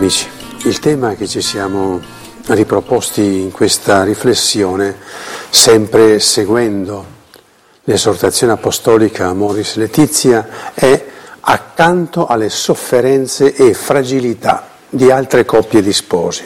amici, il tema che ci siamo riproposti in questa riflessione, sempre seguendo l'esortazione apostolica Amoris Laetitia, è accanto alle sofferenze e fragilità di altre coppie di sposi.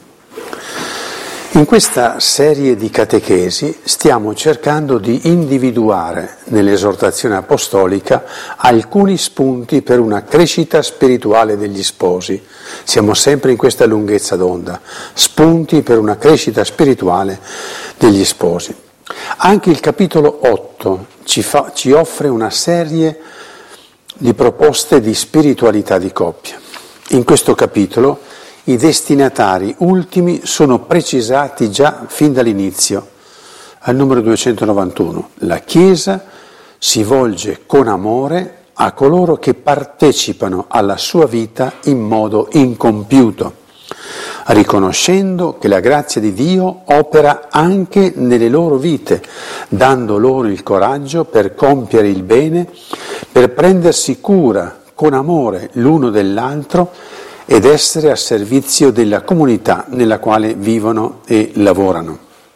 In questa serie di catechesi stiamo cercando di individuare nell'esortazione apostolica alcuni spunti per una crescita spirituale degli sposi. Siamo sempre in questa lunghezza d'onda, spunti per una crescita spirituale degli sposi. Anche il capitolo 8 ci offre una serie di proposte di spiritualità di coppia. In questo capitolo i destinatari ultimi sono precisati già fin dall'inizio, al numero 291. La Chiesa si volge con amore a coloro che partecipano alla sua vita in modo incompiuto, riconoscendo che la grazia di Dio opera anche nelle loro vite, dando loro il coraggio per compiere il bene, per prendersi cura con amore l'uno dell'altro ed essere a servizio della comunità nella quale vivono e lavorano.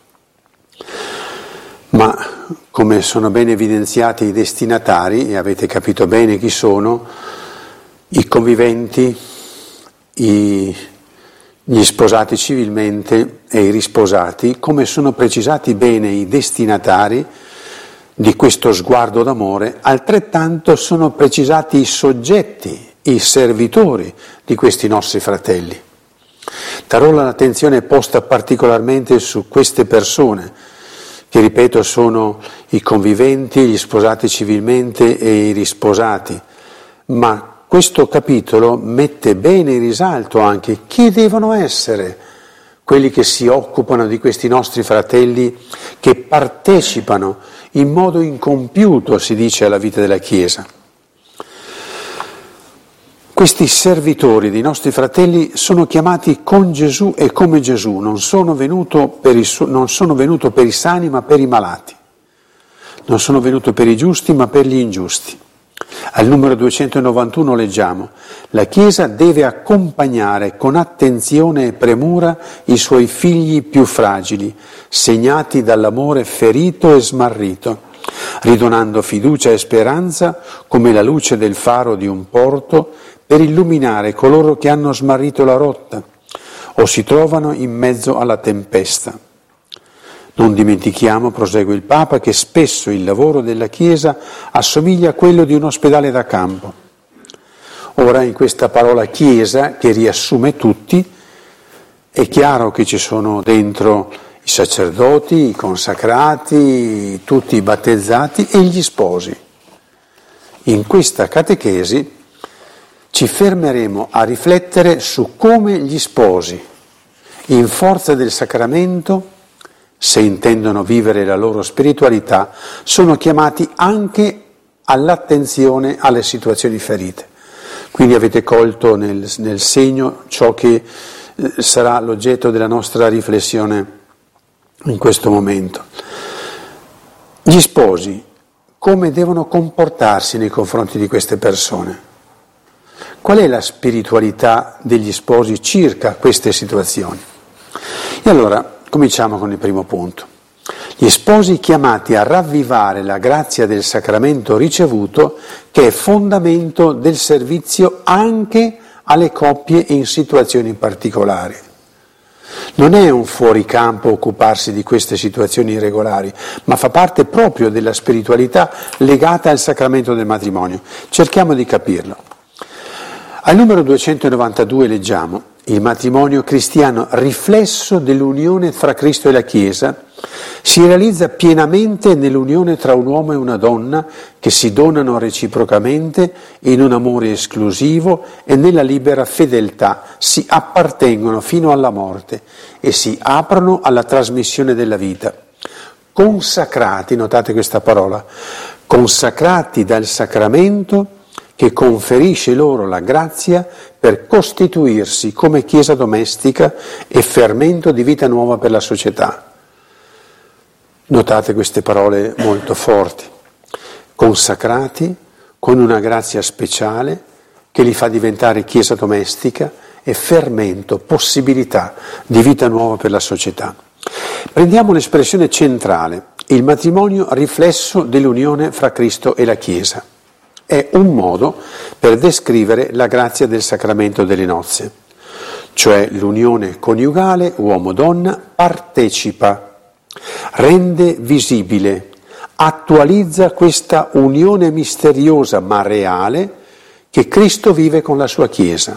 Ma, come sono ben evidenziati i destinatari, e avete capito bene chi sono, i conviventi, gli sposati civilmente e i risposati, come sono precisati bene i destinatari di questo sguardo d'amore, altrettanto sono precisati i soggetti, i servitori di questi nostri fratelli. Tarola l'attenzione è posta particolarmente su queste persone, che ripeto sono i conviventi, gli sposati civilmente e i risposati, ma questo capitolo mette bene in risalto anche chi devono essere quelli che si occupano di questi nostri fratelli, che partecipano in modo incompiuto, si dice, alla vita della Chiesa. Questi servitori dei nostri fratelli sono chiamati con Gesù e come Gesù, non sono venuto per i sani ma per i malati, non sono venuto per i giusti ma per gli ingiusti. Al numero 291 leggiamo: la Chiesa deve accompagnare con attenzione e premura i suoi figli più fragili, segnati dall'amore ferito e smarrito, ridonando fiducia e speranza come la luce del faro di un porto per illuminare coloro che hanno smarrito la rotta o si trovano in mezzo alla tempesta. Non dimentichiamo, prosegue il Papa, che spesso il lavoro della Chiesa assomiglia a quello di un ospedale da campo. Ora, in questa parola Chiesa, che riassume tutti, è chiaro che ci sono dentro i sacerdoti, i consacrati, tutti i battezzati e gli sposi. In questa catechesi ci fermeremo a riflettere su come gli sposi, in forza del sacramento, se intendono vivere la loro spiritualità, sono chiamati anche all'attenzione alle situazioni ferite. Quindi avete colto nel segno ciò che sarà l'oggetto della nostra riflessione in questo momento. Gli sposi, come devono comportarsi nei confronti di queste persone? Qual è la spiritualità degli sposi circa queste situazioni? E allora cominciamo con il primo punto. Gli sposi chiamati a ravvivare la grazia del sacramento ricevuto, che è fondamento del servizio anche alle coppie in situazioni particolari. Non è un fuoricampo occuparsi di queste situazioni irregolari, ma fa parte proprio della spiritualità legata al sacramento del matrimonio. Cerchiamo di capirlo. Al numero 292 leggiamo: il matrimonio cristiano, riflesso dell'unione fra Cristo e la Chiesa, si realizza pienamente nell'unione tra un uomo e una donna che si donano reciprocamente in un amore esclusivo e nella libera fedeltà, si appartengono fino alla morte e si aprono alla trasmissione della vita. Consacrati, notate questa parola, consacrati dal sacramento che conferisce loro la grazia per costituirsi come Chiesa domestica e fermento di vita nuova per la società. Notate queste parole molto forti. Consacrati con una grazia speciale che li fa diventare Chiesa domestica è fermento, possibilità di vita nuova per la società. Prendiamo l'espressione centrale, il matrimonio riflesso dell'unione fra Cristo e la Chiesa. È un modo per descrivere la grazia del sacramento delle nozze, cioè l'unione coniugale uomo-donna partecipa, rende visibile, attualizza questa unione misteriosa ma reale che Cristo vive con la sua Chiesa.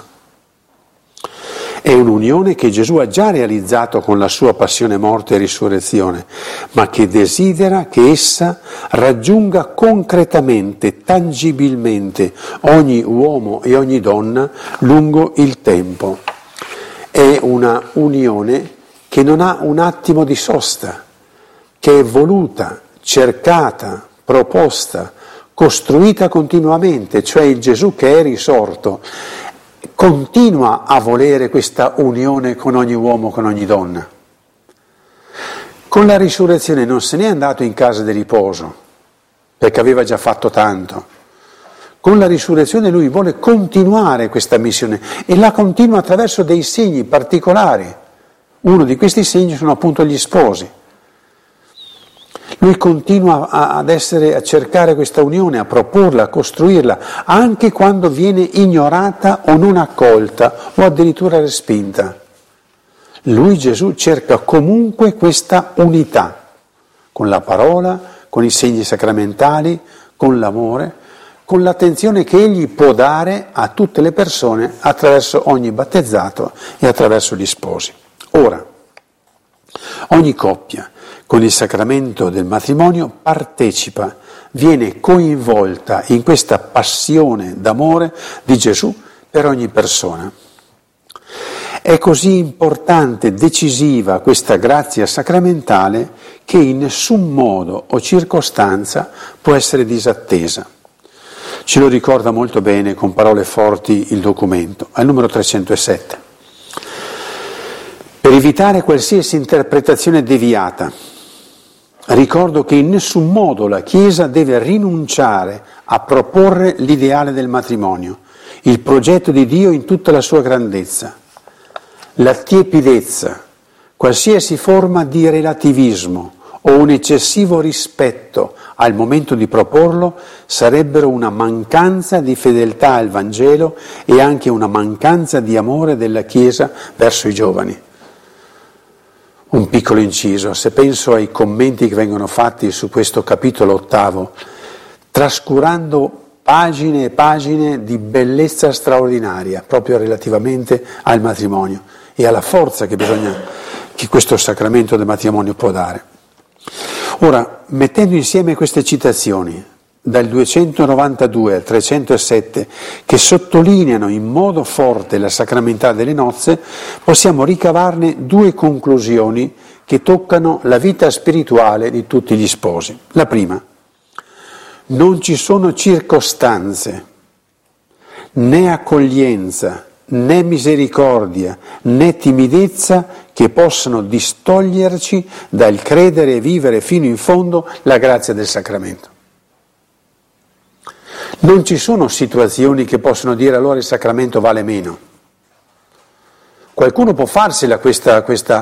È un'unione che Gesù ha già realizzato con la sua passione, morte e risurrezione, ma che desidera che essa raggiunga concretamente, tangibilmente ogni uomo e ogni donna lungo il tempo. È una unione che non ha un attimo di sosta, che è voluta, cercata, proposta, costruita continuamente, cioè il Gesù che è risorto continua a volere questa unione con ogni uomo, con ogni donna. Con la risurrezione non se n'è andato in casa di riposo, perché aveva già fatto tanto. Con la risurrezione lui vuole continuare questa missione e la continua attraverso dei segni particolari. Uno di questi segni sono appunto gli sposi. Lui continua a cercare questa unione, a proporla, a costruirla, anche quando viene ignorata o non accolta o addirittura respinta. Lui, Gesù, cerca comunque questa unità, con la parola, con i segni sacramentali, con l'amore, con l'attenzione che egli può dare a tutte le persone attraverso ogni battezzato e attraverso gli sposi. Ora, ogni coppia con il sacramento del matrimonio partecipa, viene coinvolta in questa passione d'amore di Gesù per ogni persona. È così importante, decisiva questa grazia sacramentale che in nessun modo o circostanza può essere disattesa. Ce lo ricorda molto bene con parole forti il documento, al numero 307. Per evitare qualsiasi interpretazione deviata, ricordo che in nessun modo la Chiesa deve rinunciare a proporre l'ideale del matrimonio, il progetto di Dio in tutta la sua grandezza. La tiepidezza, qualsiasi forma di relativismo o un eccessivo rispetto al momento di proporlo sarebbero una mancanza di fedeltà al Vangelo e anche una mancanza di amore della Chiesa verso i giovani. Un piccolo inciso, se penso ai commenti che vengono fatti su questo capitolo 8, trascurando pagine e pagine di bellezza straordinaria, proprio relativamente al matrimonio e alla forza che questo sacramento del matrimonio può dare. Ora, mettendo insieme queste citazioni, dal 292 al 307, che sottolineano in modo forte la sacramentà delle nozze, possiamo ricavarne due conclusioni che toccano la vita spirituale di tutti gli sposi. La prima: non ci sono circostanze, né accoglienza, né misericordia, né timidezza che possano distoglierci dal credere e vivere fino in fondo la grazia del sacramento. Non ci sono situazioni che possono dire allora il sacramento vale meno. Qualcuno può farsela questa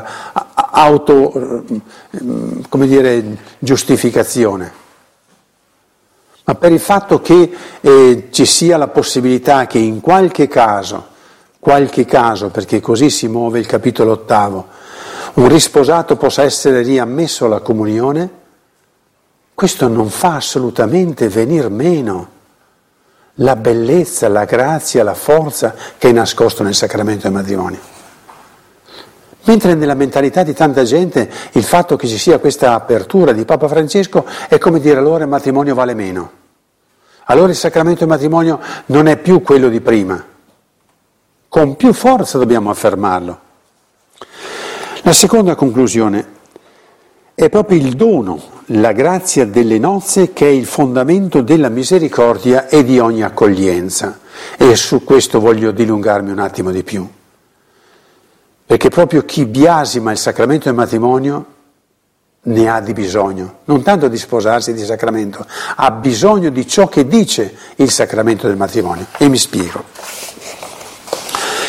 giustificazione, ma per il fatto che ci sia la possibilità che in qualche caso, perché così si muove il capitolo 8, un risposato possa essere riammesso alla comunione, questo non fa assolutamente venir meno la bellezza, la grazia, la forza che è nascosto nel sacramento del matrimonio. Mentre nella mentalità di tanta gente il fatto che ci sia questa apertura di Papa Francesco è come dire allora il matrimonio vale meno. Allora il sacramento del matrimonio non è più quello di prima. Con più forza dobbiamo affermarlo. La seconda conclusione è proprio il dono, la grazia delle nozze che è il fondamento della misericordia e di ogni accoglienza. E su questo voglio dilungarmi un attimo di più. Perché proprio chi biasima il sacramento del matrimonio ne ha di bisogno, non tanto di sposarsi di sacramento, ha bisogno di ciò che dice il sacramento del matrimonio. E mi spiego.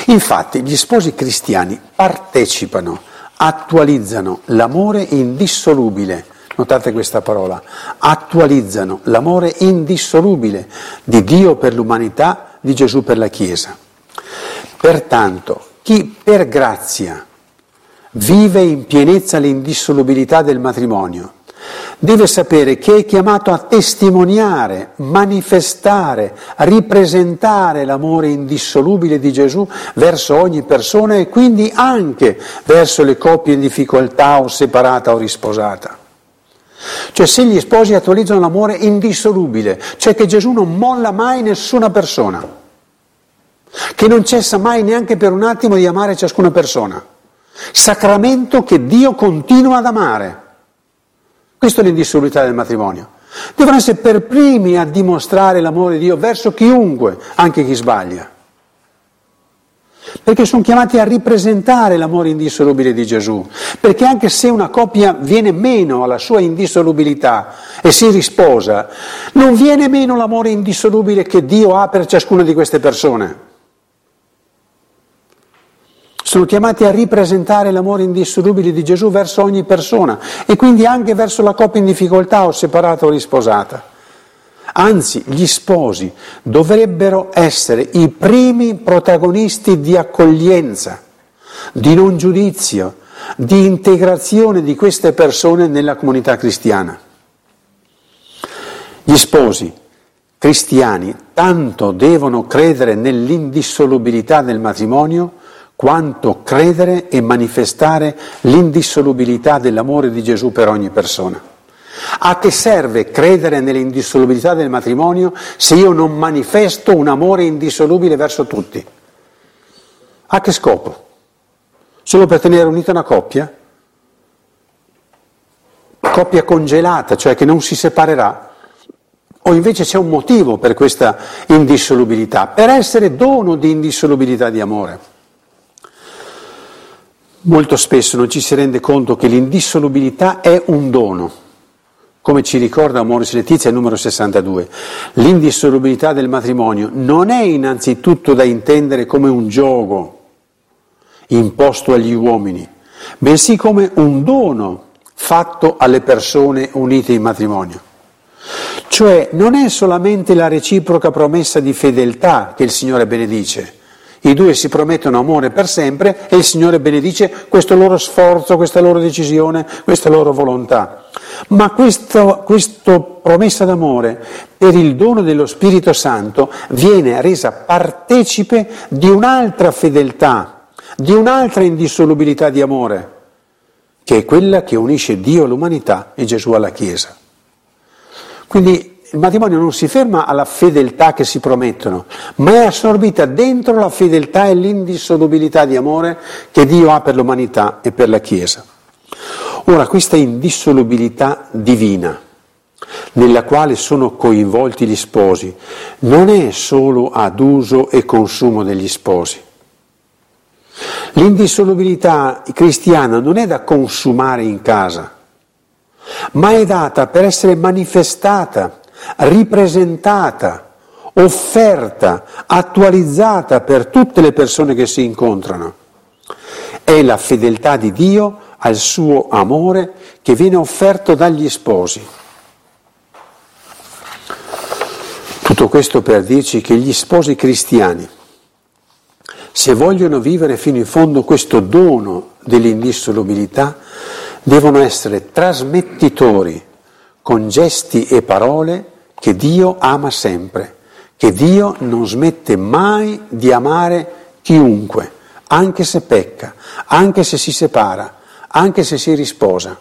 Infatti gli sposi cristiani partecipano, attualizzano l'amore indissolubile, notate questa parola, attualizzano l'amore indissolubile di Dio per l'umanità, di Gesù per la Chiesa. Pertanto, chi per grazia vive in pienezza l'indissolubilità del matrimonio, deve sapere che è chiamato a testimoniare, manifestare, ripresentare l'amore indissolubile di Gesù verso ogni persona e quindi anche verso le coppie in difficoltà o separata o risposata. Cioè se gli sposi attualizzano l'amore indissolubile, cioè che Gesù non molla mai nessuna persona, che non cessa mai neanche per un attimo di amare ciascuna persona, sacramento che Dio continua ad amare. Questa è l'indissolubilità del matrimonio. Devono essere per primi a dimostrare l'amore di Dio verso chiunque, anche chi sbaglia. Perché sono chiamati a ripresentare l'amore indissolubile di Gesù. Perché anche se una coppia viene meno alla sua indissolubilità e si risposa, non viene meno l'amore indissolubile che Dio ha per ciascuna di queste persone. Sono chiamati a ripresentare l'amore indissolubile di Gesù verso ogni persona e quindi anche verso la coppia in difficoltà o separata o risposata. Anzi, gli sposi dovrebbero essere i primi protagonisti di accoglienza, di non giudizio, di integrazione di queste persone nella comunità cristiana. Gli sposi cristiani tanto devono credere nell'indissolubilità del matrimonio quanto credere e manifestare l'indissolubilità dell'amore di Gesù per ogni persona. A che serve credere nell'indissolubilità del matrimonio se io non manifesto un amore indissolubile verso tutti? A che scopo? Solo per tenere unita una coppia? Coppia congelata, cioè che non si separerà? O invece c'è un motivo per questa indissolubilità? Per essere dono di indissolubilità di amore. Molto spesso non ci si rende conto che l'indissolubilità è un dono, come ci ricorda Amoris Laetitia numero 62. L'indissolubilità del matrimonio non è innanzitutto da intendere come un giogo imposto agli uomini, bensì come un dono fatto alle persone unite in matrimonio. Cioè non è solamente la reciproca promessa di fedeltà che il Signore benedice. I due si promettono amore per sempre e il Signore benedice questo loro sforzo, questa loro decisione, questa loro volontà. Ma questa promessa d'amore per il dono dello Spirito Santo viene resa partecipe di un'altra fedeltà, di un'altra indissolubilità di amore, che è quella che unisce Dio all'umanità e Gesù alla Chiesa. Quindi il matrimonio non si ferma alla fedeltà che si promettono, ma è assorbita dentro la fedeltà e l'indissolubilità di amore che Dio ha per l'umanità e per la Chiesa. Ora, questa indissolubilità divina, nella quale sono coinvolti gli sposi, non è solo ad uso e consumo degli sposi. L'indissolubilità cristiana non è da consumare in casa, ma è data per essere manifestata, ripresentata, offerta, attualizzata per tutte le persone che si incontrano. È la fedeltà di Dio al suo amore che viene offerto dagli sposi. Tutto questo per dirci che gli sposi cristiani, se vogliono vivere fino in fondo questo dono dell'indissolubilità, devono essere trasmettitori con gesti e parole che Dio ama sempre, che Dio non smette mai di amare chiunque, anche se pecca, anche se si separa, anche se si risposa.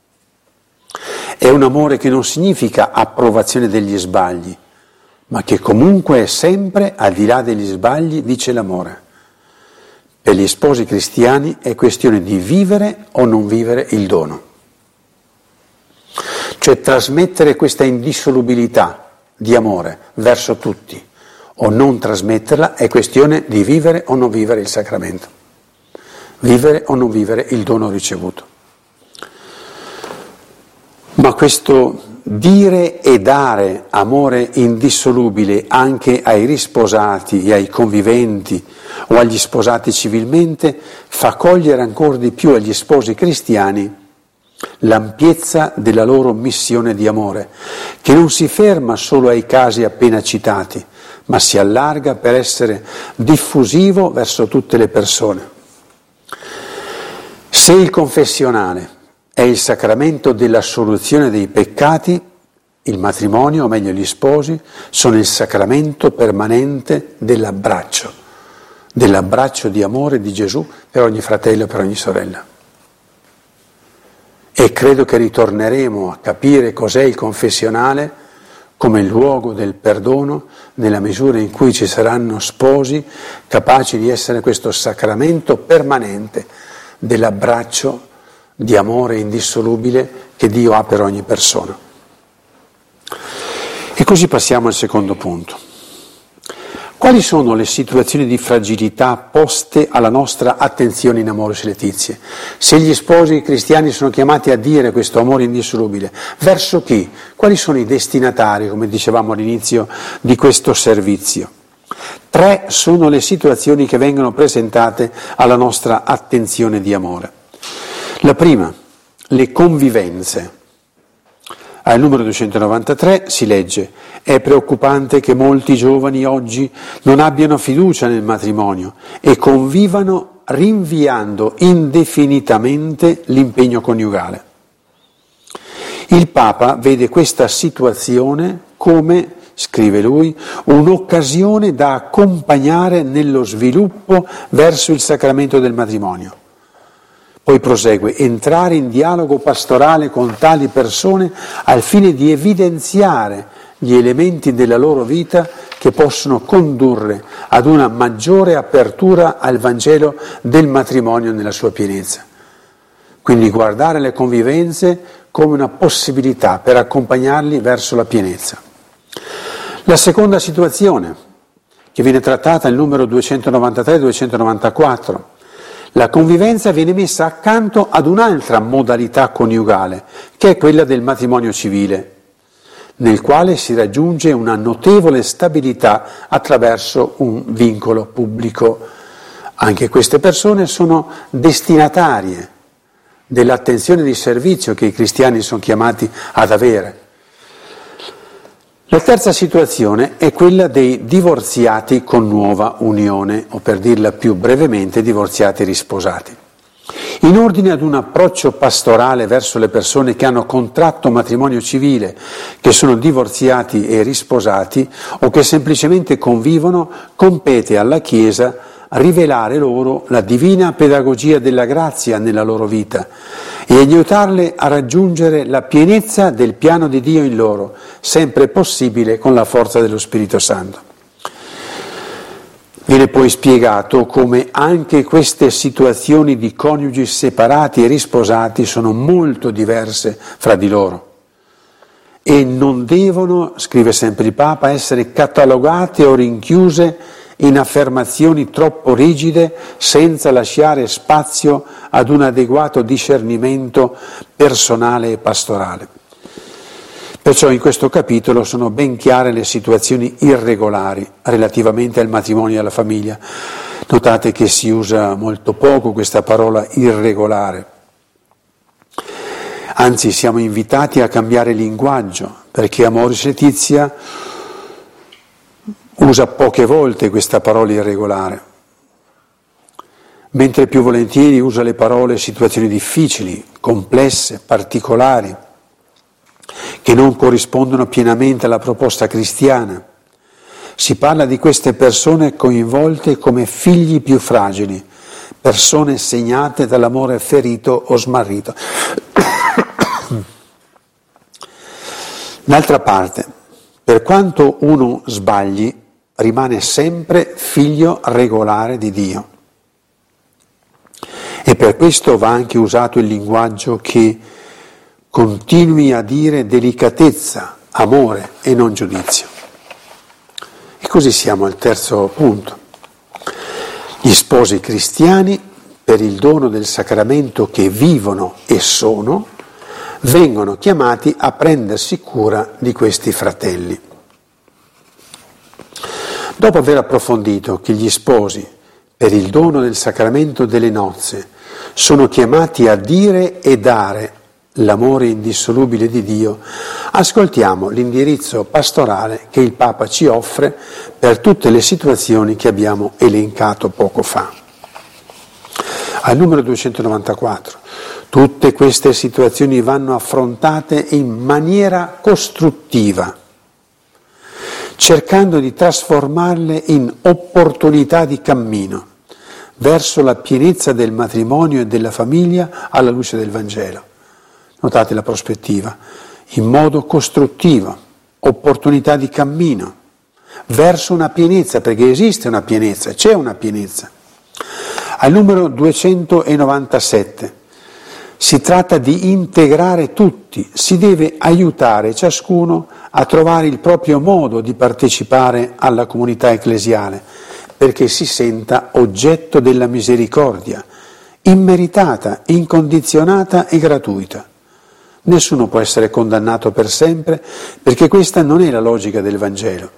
È un amore che non significa approvazione degli sbagli, ma che comunque è sempre al di là degli sbagli, dice l'amore. Per gli sposi cristiani è questione di vivere o non vivere il dono. Cioè trasmettere questa indissolubilità di amore verso tutti o non trasmetterla è questione di vivere o non vivere il sacramento, vivere o non vivere il dono ricevuto. Ma questo dire e dare amore indissolubile anche ai risposati e ai conviventi o agli sposati civilmente, fa cogliere ancora di più agli sposi cristiani l'ampiezza della loro missione di amore, che non si ferma solo ai casi appena citati, ma si allarga per essere diffusivo verso tutte le persone. Se il confessionale è il sacramento dell'assoluzione dei peccati, il matrimonio, o meglio gli sposi, sono il sacramento permanente dell'abbraccio di amore di Gesù per ogni fratello e per ogni sorella. E credo che ritorneremo a capire cos'è il confessionale come luogo del perdono nella misura in cui ci saranno sposi capaci di essere questo sacramento permanente dell'abbraccio di amore indissolubile che Dio ha per ogni persona. E così passiamo al secondo punto. Quali sono le situazioni di fragilità poste alla nostra attenzione in Amoris Laetitia? Se gli sposi cristiani sono chiamati a dire questo amore indissolubile, verso chi? Quali sono i destinatari, come dicevamo all'inizio di questo servizio? 3 sono le situazioni che vengono presentate alla nostra attenzione di amore. La prima, le convivenze. Al numero 293 si legge: è preoccupante che molti giovani oggi non abbiano fiducia nel matrimonio e convivano rinviando indefinitamente l'impegno coniugale. Il Papa vede questa situazione come, scrive lui, un'occasione da accompagnare nello sviluppo verso il sacramento del matrimonio. Poi prosegue: entrare in dialogo pastorale con tali persone al fine di evidenziare gli elementi della loro vita che possono condurre ad una maggiore apertura al Vangelo del matrimonio nella sua pienezza. Quindi guardare le convivenze come una possibilità per accompagnarli verso la pienezza. La seconda situazione, che viene trattata al numero 293 e 294, la convivenza viene messa accanto ad un'altra modalità coniugale, che è quella del matrimonio civile, nel quale si raggiunge una notevole stabilità attraverso un vincolo pubblico. Anche queste persone sono destinatarie dell'attenzione di servizio che i cristiani sono chiamati ad avere. La terza situazione è quella dei divorziati con nuova unione, o per dirla più brevemente, divorziati risposati. In ordine ad un approccio pastorale verso le persone che hanno contratto matrimonio civile, che sono divorziati e risposati o che semplicemente convivono, compete alla Chiesa rivelare loro la divina pedagogia della grazia nella loro vita e aiutarle a raggiungere la pienezza del piano di Dio in loro, sempre possibile con la forza dello Spirito Santo. Viene poi spiegato come anche queste situazioni di coniugi separati e risposati sono molto diverse fra di loro e non devono, scrive sempre il Papa, essere catalogate o rinchiuse in affermazioni troppo rigide senza lasciare spazio ad un adeguato discernimento personale e pastorale. Perciò in questo capitolo sono ben chiare le situazioni irregolari relativamente al matrimonio e alla famiglia. Notate che si usa molto poco questa parola irregolare. Anzi, siamo invitati a cambiare linguaggio, perché Amoris Laetitia usa poche volte questa parola irregolare, mentre più volentieri usa le parole situazioni difficili, complesse, particolari, che non corrispondono pienamente alla proposta cristiana. Si parla di queste persone coinvolte come figli più fragili, persone segnate dall'amore ferito o smarrito. D'altra parte, per quanto uno sbagli, rimane sempre figlio regolare di Dio. E per questo va anche usato il linguaggio che continui a dire delicatezza, amore e non giudizio. E così siamo al terzo punto. Gli sposi cristiani, per il dono del sacramento che vivono e sono, vengono chiamati a prendersi cura di questi fratelli. Dopo aver approfondito che gli sposi, per il dono del sacramento delle nozze, sono chiamati a dire e dare l'amore indissolubile di Dio, ascoltiamo l'indirizzo pastorale che il Papa ci offre per tutte le situazioni che abbiamo elencato poco fa. Al numero 294, tutte queste situazioni vanno affrontate in maniera costruttiva, cercando di trasformarle in opportunità di cammino verso la pienezza del matrimonio e della famiglia alla luce del Vangelo. Notate la prospettiva, in modo costruttivo, opportunità di cammino verso una pienezza, perché esiste una pienezza, c'è una pienezza. Al numero 297 si tratta di integrare tutti, si deve aiutare ciascuno a trovare il proprio modo di partecipare alla comunità ecclesiale, perché si senta oggetto della misericordia, immeritata, incondizionata e gratuita. Nessuno può essere condannato per sempre, perché questa non è la logica del Vangelo.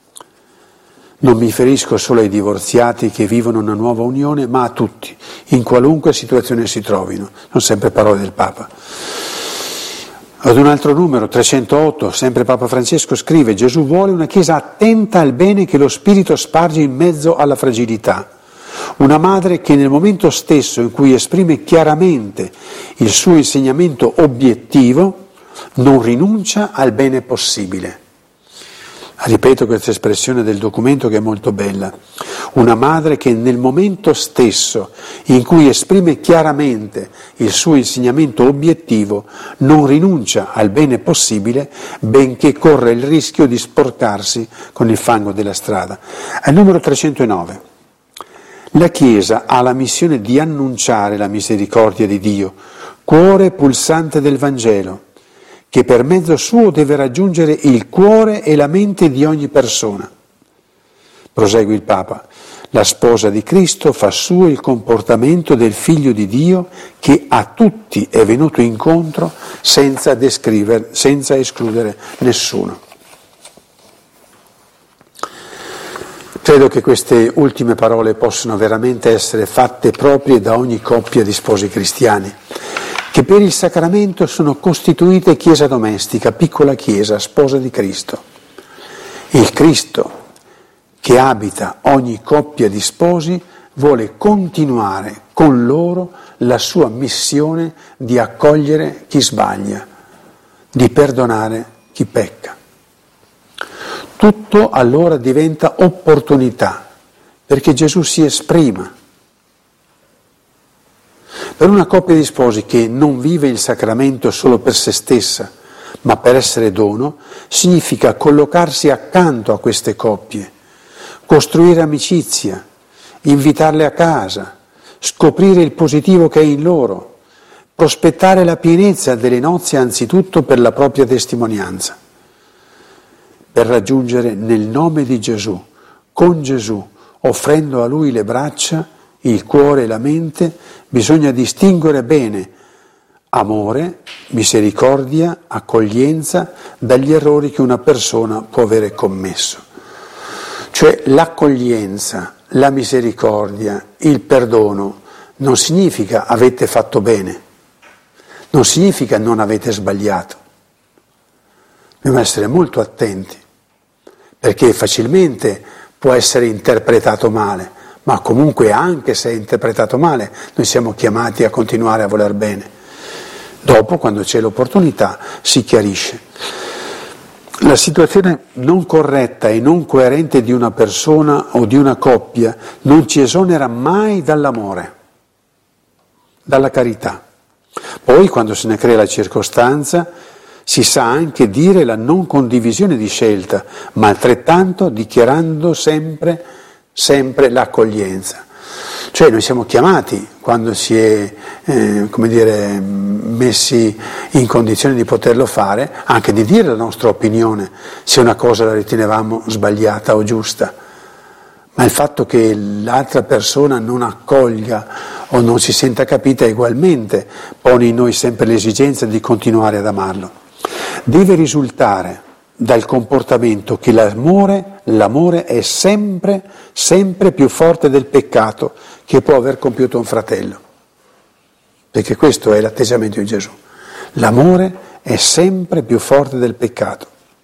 Non mi riferisco solo ai divorziati che vivono una nuova unione, ma a tutti, in qualunque situazione si trovino. Sono sempre parole del Papa. Ad un altro numero, 308, sempre Papa Francesco scrive: Gesù vuole una Chiesa attenta al bene che lo Spirito sparge in mezzo alla fragilità. Una madre che nel momento stesso in cui esprime chiaramente il suo insegnamento obiettivo non rinuncia al bene possibile. Ripeto questa espressione del documento che è molto bella. Una madre che nel momento stesso in cui esprime chiaramente il suo insegnamento obiettivo non rinuncia al bene possibile, benché corre il rischio di sporcarsi con il fango della strada. Al numero 309. La Chiesa ha la missione di annunciare la misericordia di Dio, cuore pulsante del Vangelo, che per mezzo suo deve raggiungere il cuore e la mente di ogni persona. Prosegue il Papa: la sposa di Cristo fa suo il comportamento del Figlio di Dio che a tutti è venuto incontro senza escludere nessuno. Credo che queste ultime parole possano veramente essere fatte proprie da ogni coppia di sposi cristiani, che per il sacramento sono costituite chiesa domestica, piccola chiesa, sposa di Cristo. Il Cristo che abita ogni coppia di sposi vuole continuare con loro la sua missione di accogliere chi sbaglia, di perdonare chi pecca. Tutto allora diventa opportunità perché Gesù si esprima. Per una coppia di sposi che non vive il sacramento solo per se stessa, ma per essere dono, significa collocarsi accanto a queste coppie, costruire amicizia, invitarle a casa, scoprire il positivo che è in loro, prospettare la pienezza delle nozze anzitutto per la propria testimonianza. Per raggiungere nel nome di Gesù, con Gesù, offrendo a Lui le braccia, il cuore e la mente, bisogna distinguere bene amore, misericordia, accoglienza dagli errori che una persona può avere commesso. Cioè l'accoglienza, la misericordia, il perdono non significa avete fatto bene, non significa non avete sbagliato. Dobbiamo essere molto attenti, perché facilmente può essere interpretato male, ma comunque anche se è interpretato male, noi siamo chiamati a continuare a voler bene. Dopo, quando c'è l'opportunità, si chiarisce. La situazione non corretta e non coerente di una persona o di una coppia non ci esonera mai dall'amore, dalla carità. Poi, quando se ne crea la circostanza, si sa anche dire la non condivisione di scelta, ma altrettanto dichiarando sempre l'accoglienza. Cioè noi siamo chiamati, quando si è messi in condizione di poterlo fare, anche di dire la nostra opinione, se una cosa la ritenevamo sbagliata o giusta. Ma il fatto che l'altra persona non accolga o non si senta capita ugualmente pone in noi sempre l'esigenza di continuare ad amarlo. Deve risultare dal comportamento che l'amore è sempre più forte del peccato che può aver compiuto un fratello. Perché questo è l'atteggiamento di Gesù. L'amore è sempre più forte del peccato.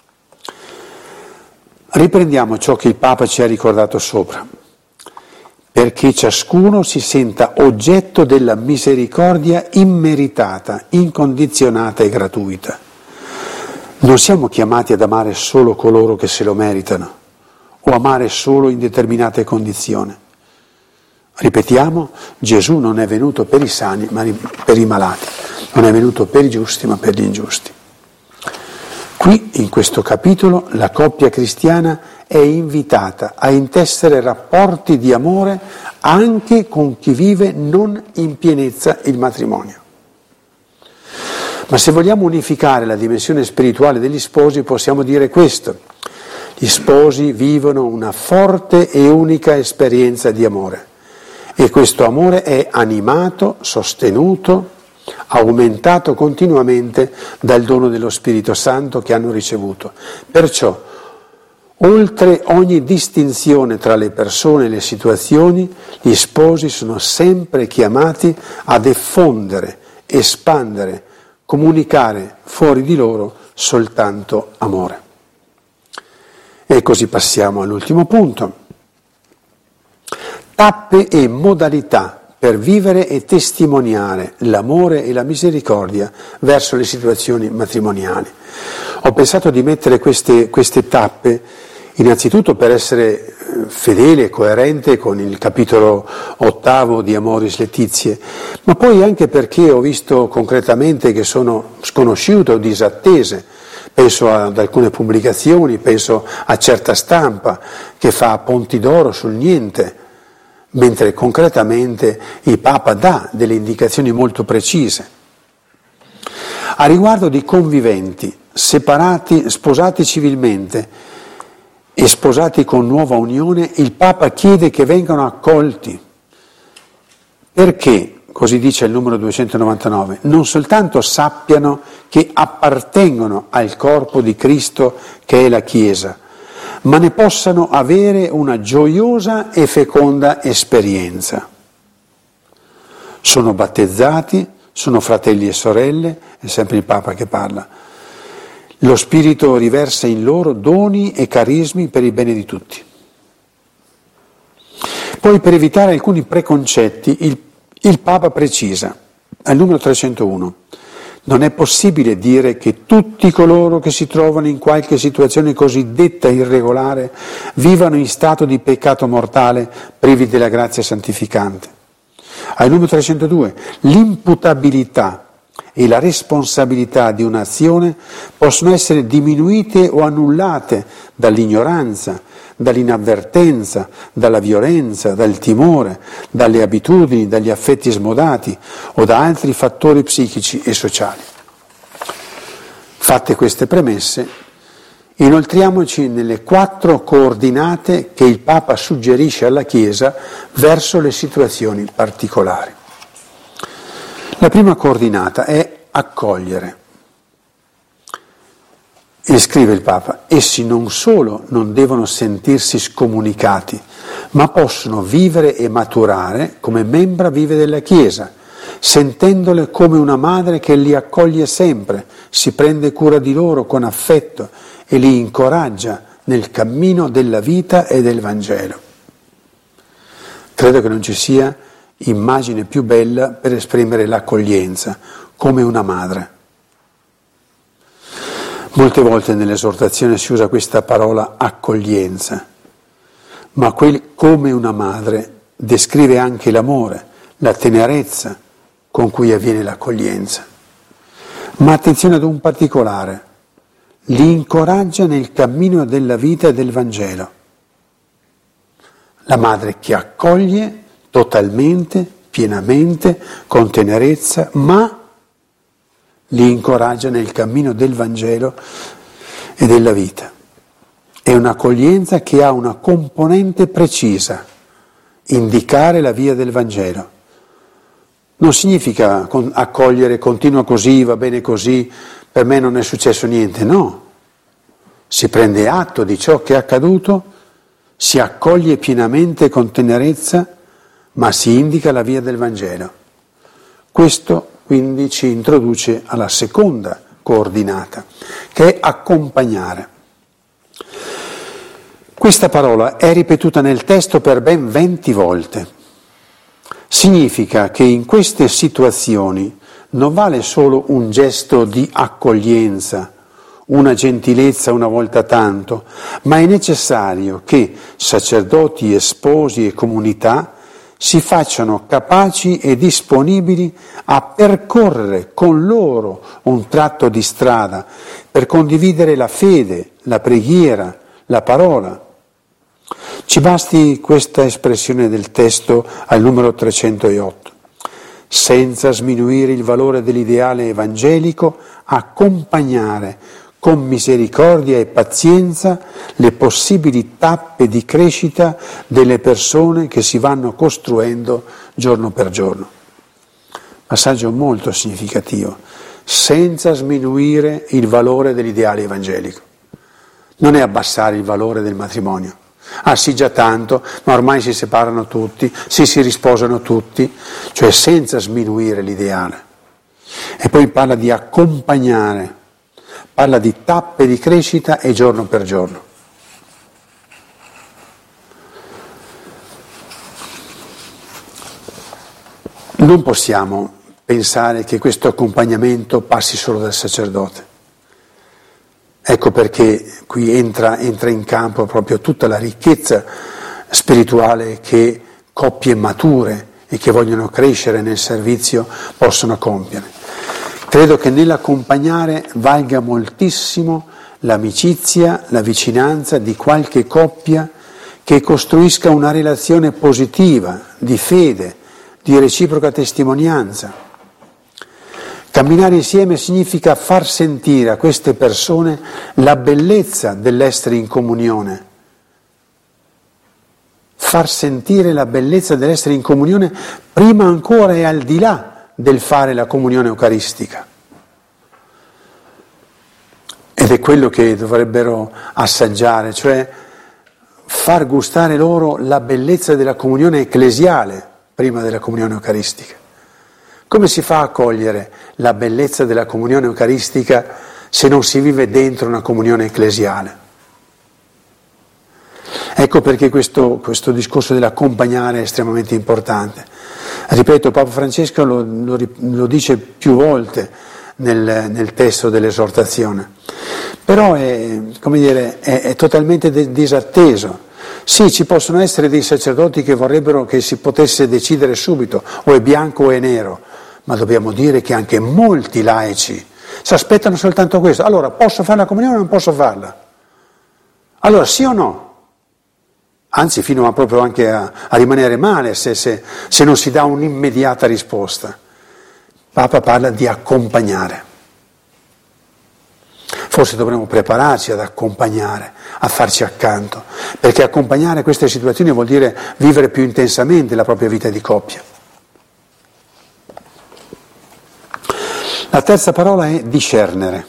Riprendiamo ciò che il Papa ci ha ricordato sopra. Perché ciascuno si senta oggetto della misericordia immeritata, incondizionata e gratuita. Non siamo chiamati ad amare solo coloro che se lo meritano o amare solo in determinate condizioni. Ripetiamo, Gesù non è venuto per i sani ma per i malati, non è venuto per i giusti ma per gli ingiusti. Qui, in questo capitolo, la coppia cristiana è invitata a intessere rapporti di amore anche con chi vive non in pienezza il matrimonio. Ma se vogliamo unificare la dimensione spirituale degli sposi, possiamo dire questo: gli sposi vivono una forte e unica esperienza di amore e questo amore è animato, sostenuto, aumentato continuamente dal dono dello Spirito Santo che hanno ricevuto. Perciò, oltre ogni distinzione tra le persone e le situazioni, gli sposi sono sempre chiamati a diffondere, espandere, comunicare fuori di loro soltanto amore. E così passiamo all'ultimo punto. Tappe e modalità per vivere e testimoniare l'amore e la misericordia verso le situazioni matrimoniali. Ho pensato di mettere queste tappe innanzitutto per essere fedele e coerente con il capitolo 8 di Amoris Laetitia, ma poi anche perché ho visto concretamente che sono sconosciute o disattese. Penso ad alcune pubblicazioni, penso a certa stampa che fa ponti d'oro sul niente, mentre concretamente il Papa dà delle indicazioni molto precise. A riguardo di conviventi, separati, sposati civilmente e sposati con nuova unione, il Papa chiede che vengano accolti. Perché, così dice il numero 299, non soltanto sappiano che appartengono al corpo di Cristo che è la Chiesa, ma ne possano avere una gioiosa e feconda esperienza. Sono battezzati, sono fratelli e sorelle, è sempre il Papa che parla. Lo Spirito riversa in loro doni e carismi per il bene di tutti. Poi, per evitare alcuni preconcetti, il Papa precisa, al numero 301, non è possibile dire che tutti coloro che si trovano in qualche situazione cosiddetta irregolare vivano in stato di peccato mortale privi della grazia santificante. Al numero 302, l'imputabilità e la responsabilità di un'azione possono essere diminuite o annullate dall'ignoranza, dall'inavvertenza, dalla violenza, dal timore, dalle abitudini, dagli affetti smodati o da altri fattori psichici e sociali. Fatte queste premesse, inoltriamoci nelle 4 coordinate che il Papa suggerisce alla Chiesa verso le situazioni particolari. La prima coordinata è accogliere. E scrive il Papa, essi non solo non devono sentirsi scomunicati, ma possono vivere e maturare come membra vive della Chiesa, sentendole come una madre che li accoglie sempre, si prende cura di loro con affetto e li incoraggia nel cammino della vita e del Vangelo. Credo che non ci sia immagine più bella per esprimere l'accoglienza, come una madre. Molte volte nell'esortazione si usa questa parola accoglienza, ma come una madre descrive anche l'amore, la tenerezza con cui avviene l'accoglienza. Ma attenzione ad un particolare, li incoraggia nel cammino della vita e del Vangelo. La madre che accoglie totalmente, pienamente, con tenerezza, ma li incoraggia nel cammino del Vangelo e della vita. È un'accoglienza che ha una componente precisa, indicare la via del Vangelo. Non significa accogliere, continua così, va bene così, per me non è successo niente, no. si prende atto di ciò che è accaduto, si accoglie pienamente con tenerezza, ma si indica la via del Vangelo. Questo quindi ci introduce alla seconda coordinata, che è accompagnare. Questa parola è ripetuta nel testo per ben 20 volte. Significa che in queste situazioni non vale solo un gesto di accoglienza, una gentilezza una volta tanto, ma è necessario che sacerdoti, sposi e comunità si facciano capaci e disponibili a percorrere con loro un tratto di strada per condividere la fede, la preghiera, la parola. Ci basti questa espressione del testo al numero 308. Senza sminuire il valore dell'ideale evangelico, accompagnare con misericordia e pazienza le possibili tappe di crescita delle persone che si vanno costruendo giorno per giorno. Passaggio molto significativo. Senza sminuire il valore dell'ideale evangelico. Non è abbassare il valore del matrimonio. Ah sì, già tanto, ma ormai si separano tutti, sì, si risposano tutti, cioè senza sminuire l'ideale. E poi parla di accompagnare, parla di tappe di crescita e giorno per giorno. Non possiamo pensare che questo accompagnamento passi solo dal sacerdote. Ecco perché qui entra in campo proprio tutta la ricchezza spirituale che coppie mature e che vogliono crescere nel servizio possono compiere. Credo che nell'accompagnare valga moltissimo l'amicizia, la vicinanza di qualche coppia che costruisca una relazione positiva, di fede, di reciproca testimonianza. Camminare insieme significa far sentire a queste persone la bellezza dell'essere in comunione. Far sentire la bellezza dell'essere in comunione prima ancora e al di là del fare la comunione eucaristica. Ed è quello che dovrebbero assaggiare, cioè far gustare loro la bellezza della comunione ecclesiale prima della comunione eucaristica. Come si fa a cogliere la bellezza della comunione eucaristica se non si vive dentro una comunione ecclesiale? Ecco perché questo discorso dell'accompagnare è estremamente importante. Ripeto, Papa Francesco lo dice più volte nel testo dell'esortazione, però è totalmente disatteso. Sì, ci possono essere dei sacerdoti che vorrebbero che si potesse decidere subito, o è bianco o è nero, ma dobbiamo dire che anche molti laici si aspettano soltanto questo. Allora, posso fare la comunione o non posso farla? Allora, sì o no? Anzi, fino a proprio anche a rimanere male se non si dà un'immediata risposta. Papa parla di accompagnare. Forse dovremmo prepararci ad accompagnare, a farci accanto, perché accompagnare queste situazioni vuol dire vivere più intensamente la propria vita di coppia. La terza parola è discernere.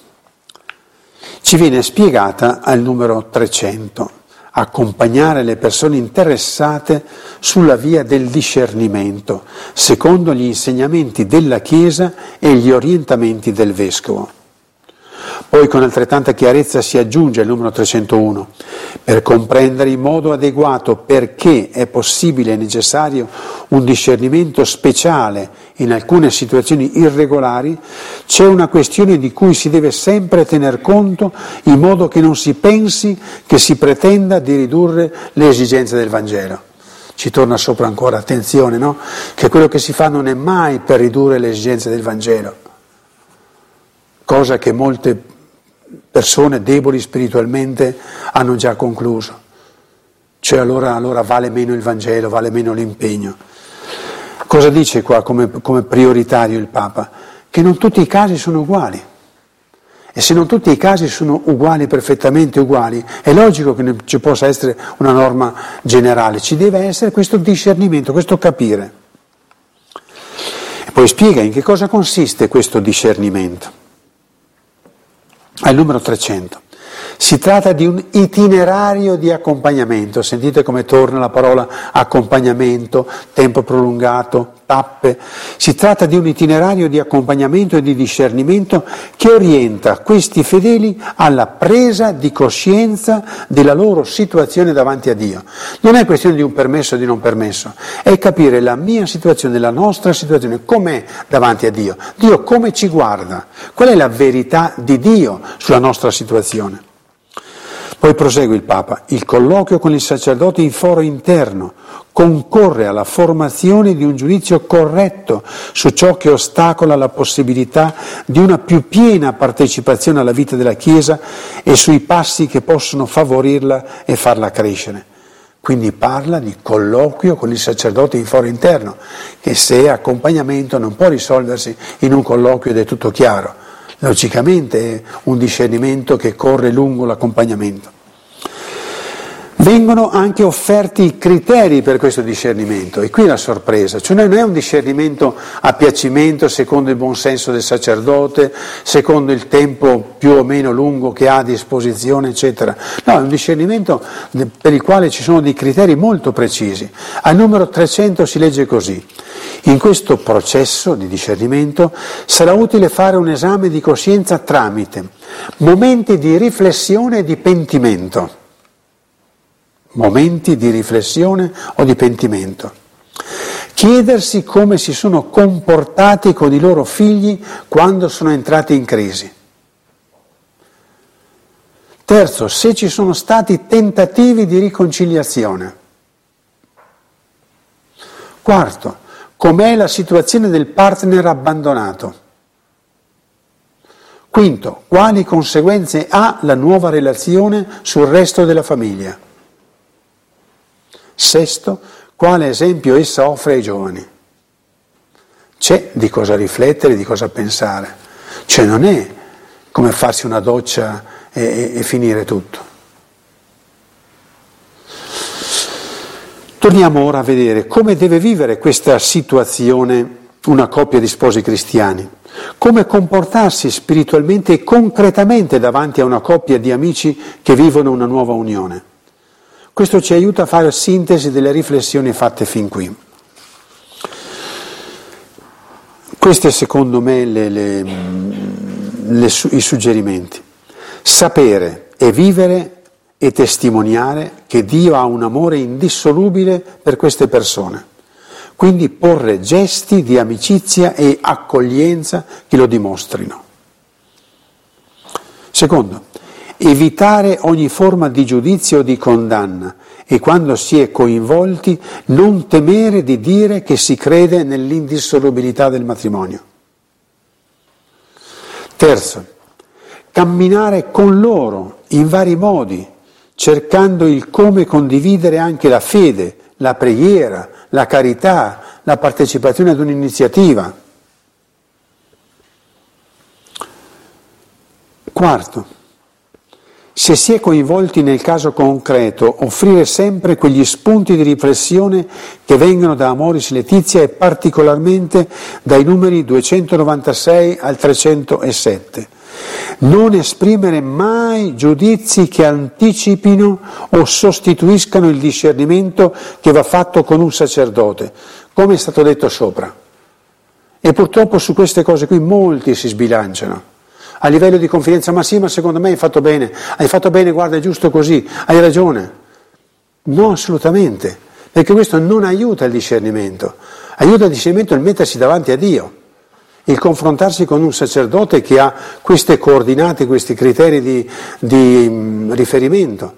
Ci viene spiegata al numero 300, accompagnare le persone interessate sulla via del discernimento, secondo gli insegnamenti della Chiesa e gli orientamenti del Vescovo. Poi con altrettanta chiarezza si aggiunge il numero 301, per comprendere in modo adeguato perché è possibile e necessario un discernimento speciale in alcune situazioni irregolari, c'è una questione di cui si deve sempre tener conto in modo che non si pensi che si pretenda di ridurre le esigenze del Vangelo. Ci torna sopra ancora, attenzione, no? Che quello che si fa non è mai per ridurre le esigenze del Vangelo, cosa che molte persone deboli spiritualmente hanno già concluso. Cioè allora vale meno il Vangelo, vale meno l'impegno. Cosa dice qua come prioritario il Papa? Che non tutti i casi sono uguali. E se non tutti i casi sono uguali, perfettamente uguali, è logico che non ci possa essere una norma generale. Ci deve essere questo discernimento, questo capire. E poi spiega in che cosa consiste questo discernimento. Al numero 300. Si tratta di un itinerario di accompagnamento, sentite come torna la parola accompagnamento, tempo prolungato, tappe. Si tratta di un itinerario di accompagnamento e di discernimento che orienta questi fedeli alla presa di coscienza della loro situazione davanti a Dio. Non è questione di un permesso o di non permesso, è capire la mia situazione, la nostra situazione, com'è davanti a Dio. Dio come ci guarda, qual è la verità di Dio sulla nostra situazione. Poi prosegue il Papa, il colloquio con il sacerdote in foro interno concorre alla formazione di un giudizio corretto su ciò che ostacola la possibilità di una più piena partecipazione alla vita della Chiesa e sui passi che possono favorirla e farla crescere. Quindi parla di colloquio con il sacerdote in foro interno, che se è accompagnamento non può risolversi in un colloquio ed è tutto chiaro. Logicamente è un discernimento che corre lungo l'accompagnamento. Vengono anche offerti i criteri per questo discernimento, e qui la sorpresa, cioè non è un discernimento a piacimento secondo il buon senso del sacerdote, secondo il tempo più o meno lungo che ha a disposizione, eccetera. No, è un discernimento per il quale ci sono dei criteri molto precisi. Al numero 300 si legge così: in questo processo di discernimento sarà utile fare un esame di coscienza tramite momenti di riflessione e di pentimento. Momenti di riflessione o di pentimento. Chiedersi come si sono comportati con i loro figli quando sono entrati in crisi. Terzo, se ci sono stati tentativi di riconciliazione. Quarto, com'è la situazione del partner abbandonato. Quinto, quali conseguenze ha la nuova relazione sul resto della famiglia. Sesto, quale esempio essa offre ai giovani. C'è di cosa riflettere, di cosa pensare. Cioè non è come farsi una doccia e finire tutto. Torniamo ora a vedere come deve vivere questa situazione una coppia di sposi cristiani. Come comportarsi spiritualmente e concretamente davanti a una coppia di amici che vivono una nuova unione. Questo ci aiuta a fare sintesi delle riflessioni fatte fin qui. Questi secondo me i suggerimenti. Sapere e vivere e testimoniare che Dio ha un amore indissolubile per queste persone. Quindi porre gesti di amicizia e accoglienza che lo dimostrino. Secondo, evitare ogni forma di giudizio o di condanna e quando si è coinvolti non temere di dire che si crede nell'indissolubilità del matrimonio. Terzo, camminare con loro in vari modi, cercando il come condividere anche la fede, la preghiera, la carità, la partecipazione ad un'iniziativa. Quarto, se si è coinvolti nel caso concreto, offrire sempre quegli spunti di riflessione che vengono da Amoris Laetitia e particolarmente dai numeri 296 al 307. Non esprimere mai giudizi che anticipino o sostituiscano il discernimento che va fatto con un sacerdote, come è stato detto sopra. E purtroppo su queste cose qui molti si sbilanciano. A livello di confidenza, ma sì, ma secondo me hai fatto bene, guarda, è giusto così, hai ragione. No, assolutamente, perché questo non aiuta il discernimento. Aiuta il discernimento il mettersi davanti a Dio, il confrontarsi con un sacerdote che ha queste coordinate, questi criteri di riferimento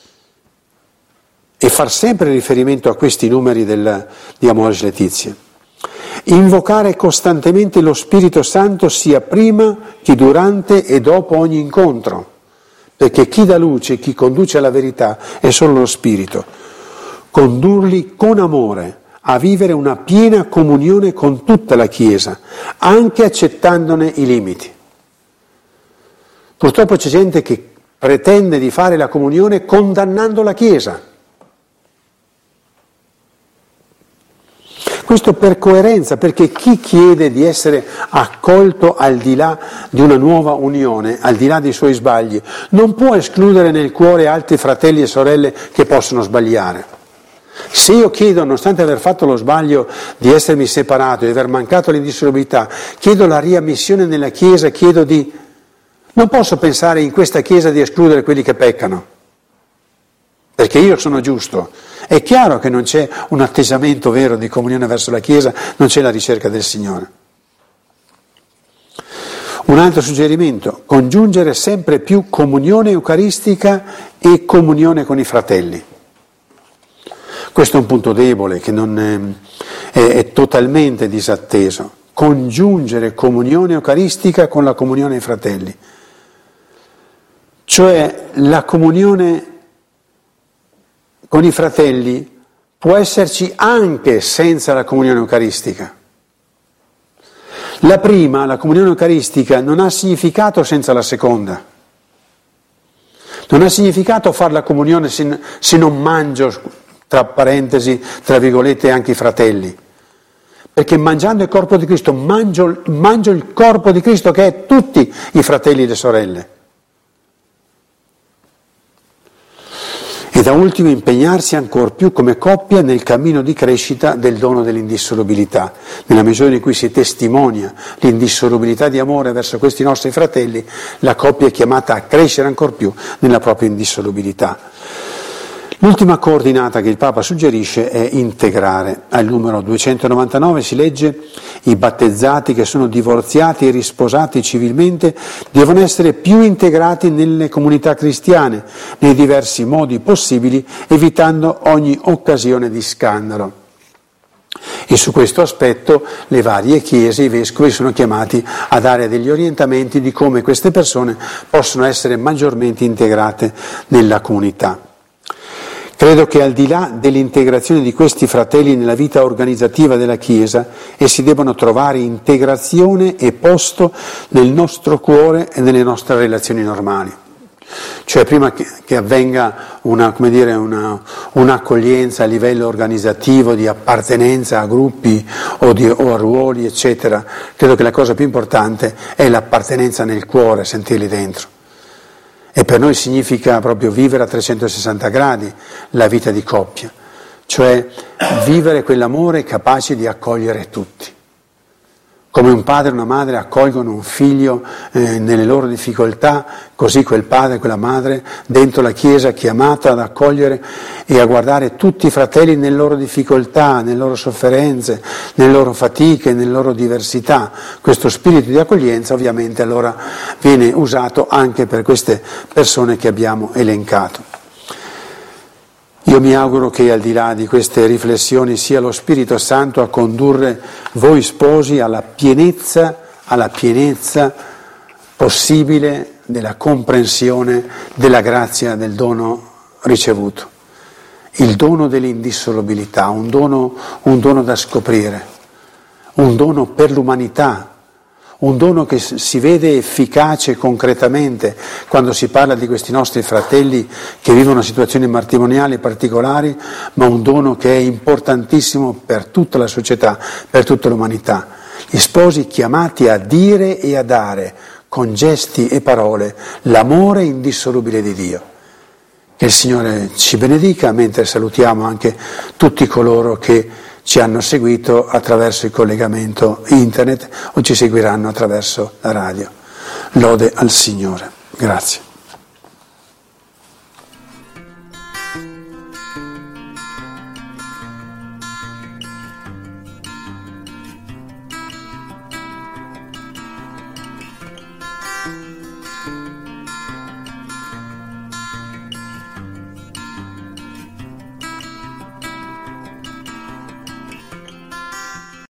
e far sempre riferimento a questi numeri di Amoris Laetitia. Invocare costantemente lo Spirito Santo sia prima che durante e dopo ogni incontro, perché chi dà luce, chi conduce alla verità è solo lo Spirito. Condurli con amore a vivere una piena comunione con tutta la Chiesa, anche accettandone i limiti. Purtroppo c'è gente che pretende di fare la comunione condannando la Chiesa. Questo per coerenza, perché chi chiede di essere accolto al di là di una nuova unione, al di là dei suoi sbagli, non può escludere nel cuore altri fratelli e sorelle che possono sbagliare. Se io chiedo, nonostante aver fatto lo sbaglio di essermi separato, di aver mancato l'indissolubilità, chiedo la riammissione nella Chiesa, non posso pensare in questa Chiesa di escludere quelli che peccano, perché io sono giusto. È chiaro che non c'è un atteggiamento vero di comunione verso la Chiesa, non c'è la ricerca del Signore. Un altro suggerimento: congiungere sempre più comunione eucaristica e comunione con i fratelli. Questo è un punto debole che è totalmente disatteso. Congiungere comunione eucaristica con la comunione ai fratelli. Cioè la comunione con i fratelli può esserci anche senza la comunione eucaristica. La prima, la comunione eucaristica, non ha significato senza la seconda. Non ha significato fare la comunione se non mangio, tra parentesi, tra virgolette, anche i fratelli. Perché mangiando il corpo di Cristo mangio il corpo di Cristo, che è tutti i fratelli e le sorelle. E da ultimo impegnarsi ancor più come coppia nel cammino di crescita del dono dell'indissolubilità. Nella misura in cui si testimonia l'indissolubilità di amore verso questi nostri fratelli, la coppia è chiamata a crescere ancor più nella propria indissolubilità. L'ultima coordinata che il Papa suggerisce è integrare. Al numero 299 si legge: i battezzati che sono divorziati e risposati civilmente devono essere più integrati nelle comunità cristiane, nei diversi modi possibili, evitando ogni occasione di scandalo. E su questo aspetto le varie chiese, i vescovi sono chiamati a dare degli orientamenti di come queste persone possono essere maggiormente integrate nella comunità. Credo che al di là dell'integrazione di questi fratelli nella vita organizzativa della Chiesa, essi debbano trovare integrazione e posto nel nostro cuore e nelle nostre relazioni normali. Cioè prima che avvenga un'accoglienza a livello organizzativo di appartenenza a gruppi o a ruoli, eccetera, credo che la cosa più importante è l'appartenenza nel cuore, sentirli dentro. E per noi significa proprio vivere a 360 gradi la vita di coppia, cioè vivere quell'amore capace di accogliere tutti. Come un padre e una madre accolgono un figlio nelle loro difficoltà, così quel padre e quella madre dentro la Chiesa chiamata ad accogliere e a guardare tutti i fratelli nelle loro difficoltà, nelle loro sofferenze, nelle loro fatiche, nelle loro diversità. Questo spirito di accoglienza ovviamente allora viene usato anche per queste persone che abbiamo elencato. Io mi auguro che al di là di queste riflessioni sia lo Spirito Santo a condurre voi sposi alla pienezza possibile della comprensione della grazia del dono ricevuto. Il dono dell'indissolubilità, un dono da scoprire, un dono per l'umanità, un dono che si vede efficace concretamente quando si parla di questi nostri fratelli che vivono situazioni matrimoniali particolari, ma un dono che è importantissimo per tutta la società, per tutta l'umanità. Gli sposi chiamati a dire e a dare con gesti e parole l'amore indissolubile di Dio. Che il Signore ci benedica, mentre salutiamo anche tutti coloro che ci hanno seguito attraverso il collegamento internet o ci seguiranno attraverso la radio. Lode al Signore. Grazie.